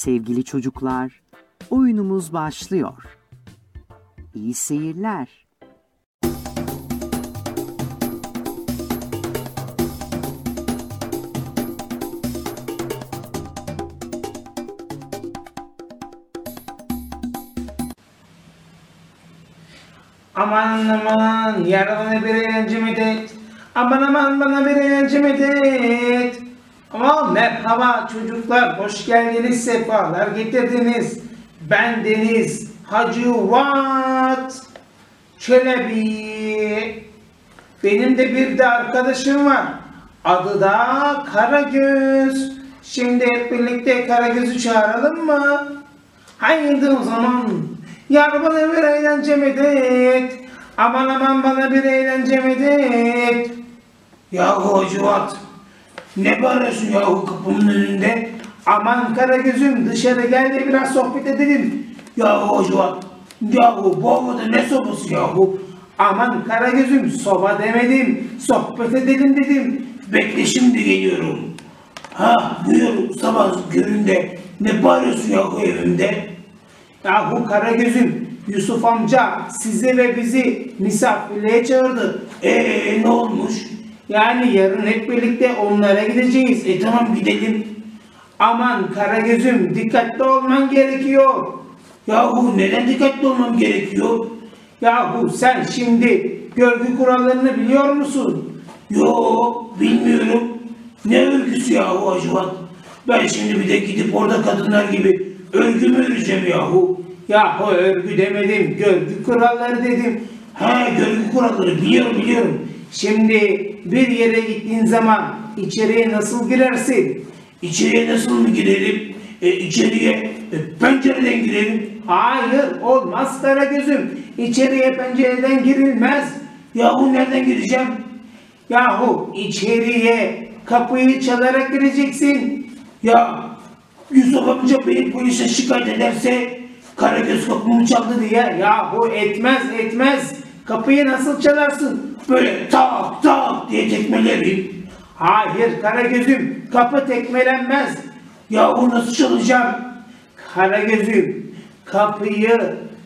Sevgili çocuklar, oyunumuz başlıyor. İyi seyirler. Aman aman, yarın bana bir eğlence medet. Aman aman bana bir eğlence medet. Aman merhaba çocuklar, hoş geldiniz, sefalar getirdiniz. Ben Deniz Hacivat Çelebi. Benim de bir de arkadaşım var. Adı da Karagöz. Şimdi hep birlikte Karagöz'ü çağıralım mı? Haydi o zaman. Yar bana bir eğlence medet. Aman aman bana bir eğlence medet. Yahu Hacivat, ne bağırıyorsun yahu kapımın önünde? Aman Karagöz'üm, dışarı gel de biraz sohbet edelim. Yahu Hacivat, yahu bu havada ne sobası yahu? Aman Karagöz'üm, soba demedim, sohbet edelim dedim. Bekle, şimdi geliyorum. Ha buyur sabah köründe, ne bağırıyorsun yahu evimde? Yahu Karagöz'üm, Yusuf amca sizi ve bizi misafirliğe çağırdı. Ne olmuş? Yani yarın hep birlikte onlara gideceğiz. Tamam gidelim. Aman Karagöz'üm, dikkatli olman gerekiyor. Yahu neden dikkatli olmam gerekiyor? Yahu sen şimdi görgü kurallarını biliyor musun? Yo, bilmiyorum. Ne örgüsü yahu Hacivat? Ben şimdi bir de gidip orada kadınlar gibi örgü mü öreceğim yahu? Yahu örgü demedim, görgü kuralları dedim. He, görgü kuralları biliyorum. Şimdi bir yere gittiğin zaman içeriye nasıl girersin? İçeriye nasıl mı girelim? İçeriye pencereden girelim. Hayır, olmaz Karagöz'üm. İçeriye pencereden girilmez. Yahu nereden gireceğim? Yahu içeriye kapıyı çalarak gireceksin. Ya Yusuf amca beni polise şikayet ederse Karagöz kapımı çaldı diye. Yahu etmez. Kapıyı nasıl çalarsın? Böyle tak tak diye tekmelerim. Hayır Karagöz'üm, kapı tekmelenmez. Yahu nasıl çalacağım? Karagöz'üm, kapıyı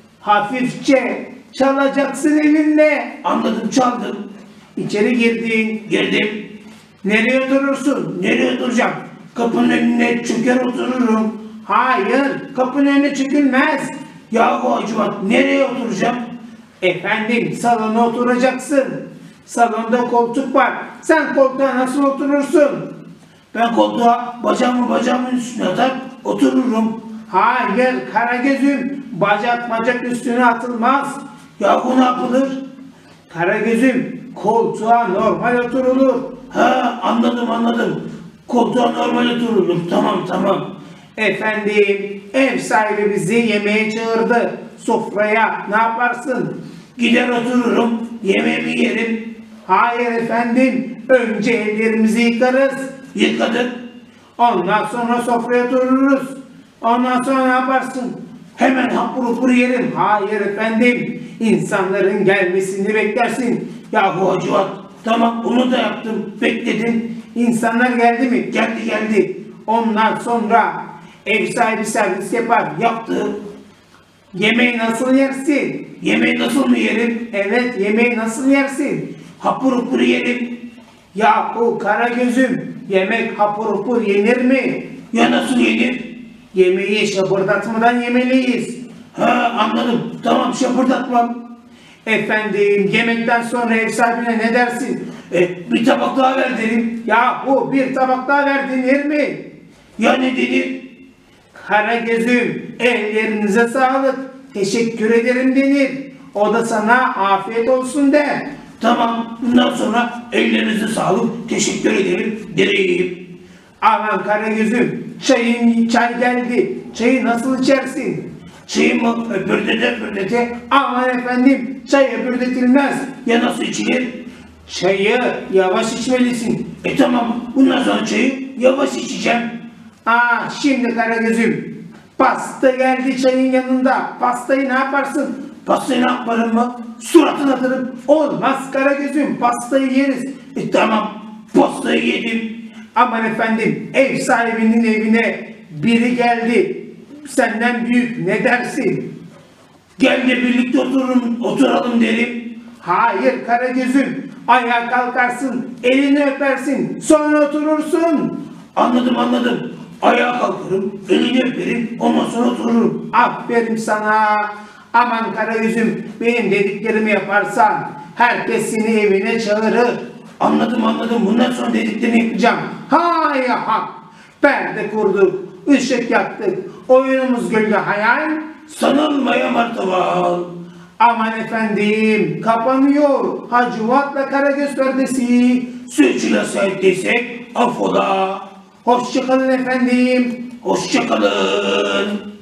hafifçe çalacaksın elinle. Anladım, çaldım. İçeri girdim. Nereye oturursun? Nereye oturacağım? Kapının önüne çöker otururum. Hayır, kapının önüne çökülmez. Yahu Hacivat, nereye oturacağım? Efendim, salona oturacaksın. Salonda koltuk var. Sen koltuğa nasıl oturursun? Ben koltuğa bacağımın üstüne atar otururum. Hayır Karagöz'üm, bacak üstüne atılmaz. Yahu ne yapılır? Karagöz'üm, koltuğa normal oturulur. Ha, anladım. Koltuğa normal oturulur. Tamam. Efendim, ev sahibi bizi yemeğe çağırdı. Sofraya ne yaparsın? Gider otururum, yemeğimi yerim. Hayır efendim, önce ellerimizi yıkarız. Yıkadık. Ondan sonra sofraya otururuz. Ondan sonra ne yaparsın? Hemen hapur yerim. Hayır efendim, insanların gelmesini beklersin. Yahu Hacivat, tamam onu da yaptım, bekledim. İnsanlar geldi mi? Geldi. Ondan sonra ev sahibi servis yaptı. Yemeği nasıl yersin? Yemeği nasıl mı yerim? Evet, yemeği nasıl yersin? Hapur yerim. Yahu Karagöz'üm, yemek hapur yenir mi? Ya nasıl yenir? Yemeği şapırdatmadan yemeliyiz. Ha, anladım. Tamam, şapırdatmam. Efendim, yemekten sonra ev sahibine ne dersin? Bir tabak daha ver derim. Yahu bir tabak daha ver denir mi? Ya ne denir? Karagöz'üm, ellerinize sağlık, teşekkür ederim denir. O da sana afiyet olsun de. Tamam, bundan sonra ellerinize sağlık, teşekkür ederim derim. Aman Karagöz'üm, çay geldi. Çayı nasıl içersin? Çayı mı öpürdete? Aman efendim, çay öpürdetilmez. Ya nasıl içilir? Çayı yavaş içmelisin. Tamam, bundan sonra çayı yavaş içeceğim. Şimdi Karagöz'üm, pasta geldi çayın yanında. Pastayı ne yaparsın? Pastayı ne yaparım mı? Suratına atarım. Olmaz Karagöz'üm, pastayı yeriz. Tamam, pastayı yedim. Aman efendim, ev sahibinin evine biri geldi. senden büyük, ne dersin? Gel de birlikte oturalım derim. Hayır Karagöz'üm, ayağa kalkarsın, elini öpersin, sonra oturursun. Anladım. Ayağa kalkarım, elini öperim, ondan sonra otururum. Aferin sana. Aman Karagöz'üm, benim dediklerimi yaparsan herkes seni evine çağırır. Anladım. Bundan sonra dediklerini yapacağım. Hay ha. Perde kurduk, ışık yaktık. Oyunumuz gölge hayal. Sanılmaya martaval. Aman efendim, kapanıyor. Hacivat'la Karagöz perdesi. Suçla ettiysek affola. Hoşçakalın efendim. Hoşçakalın.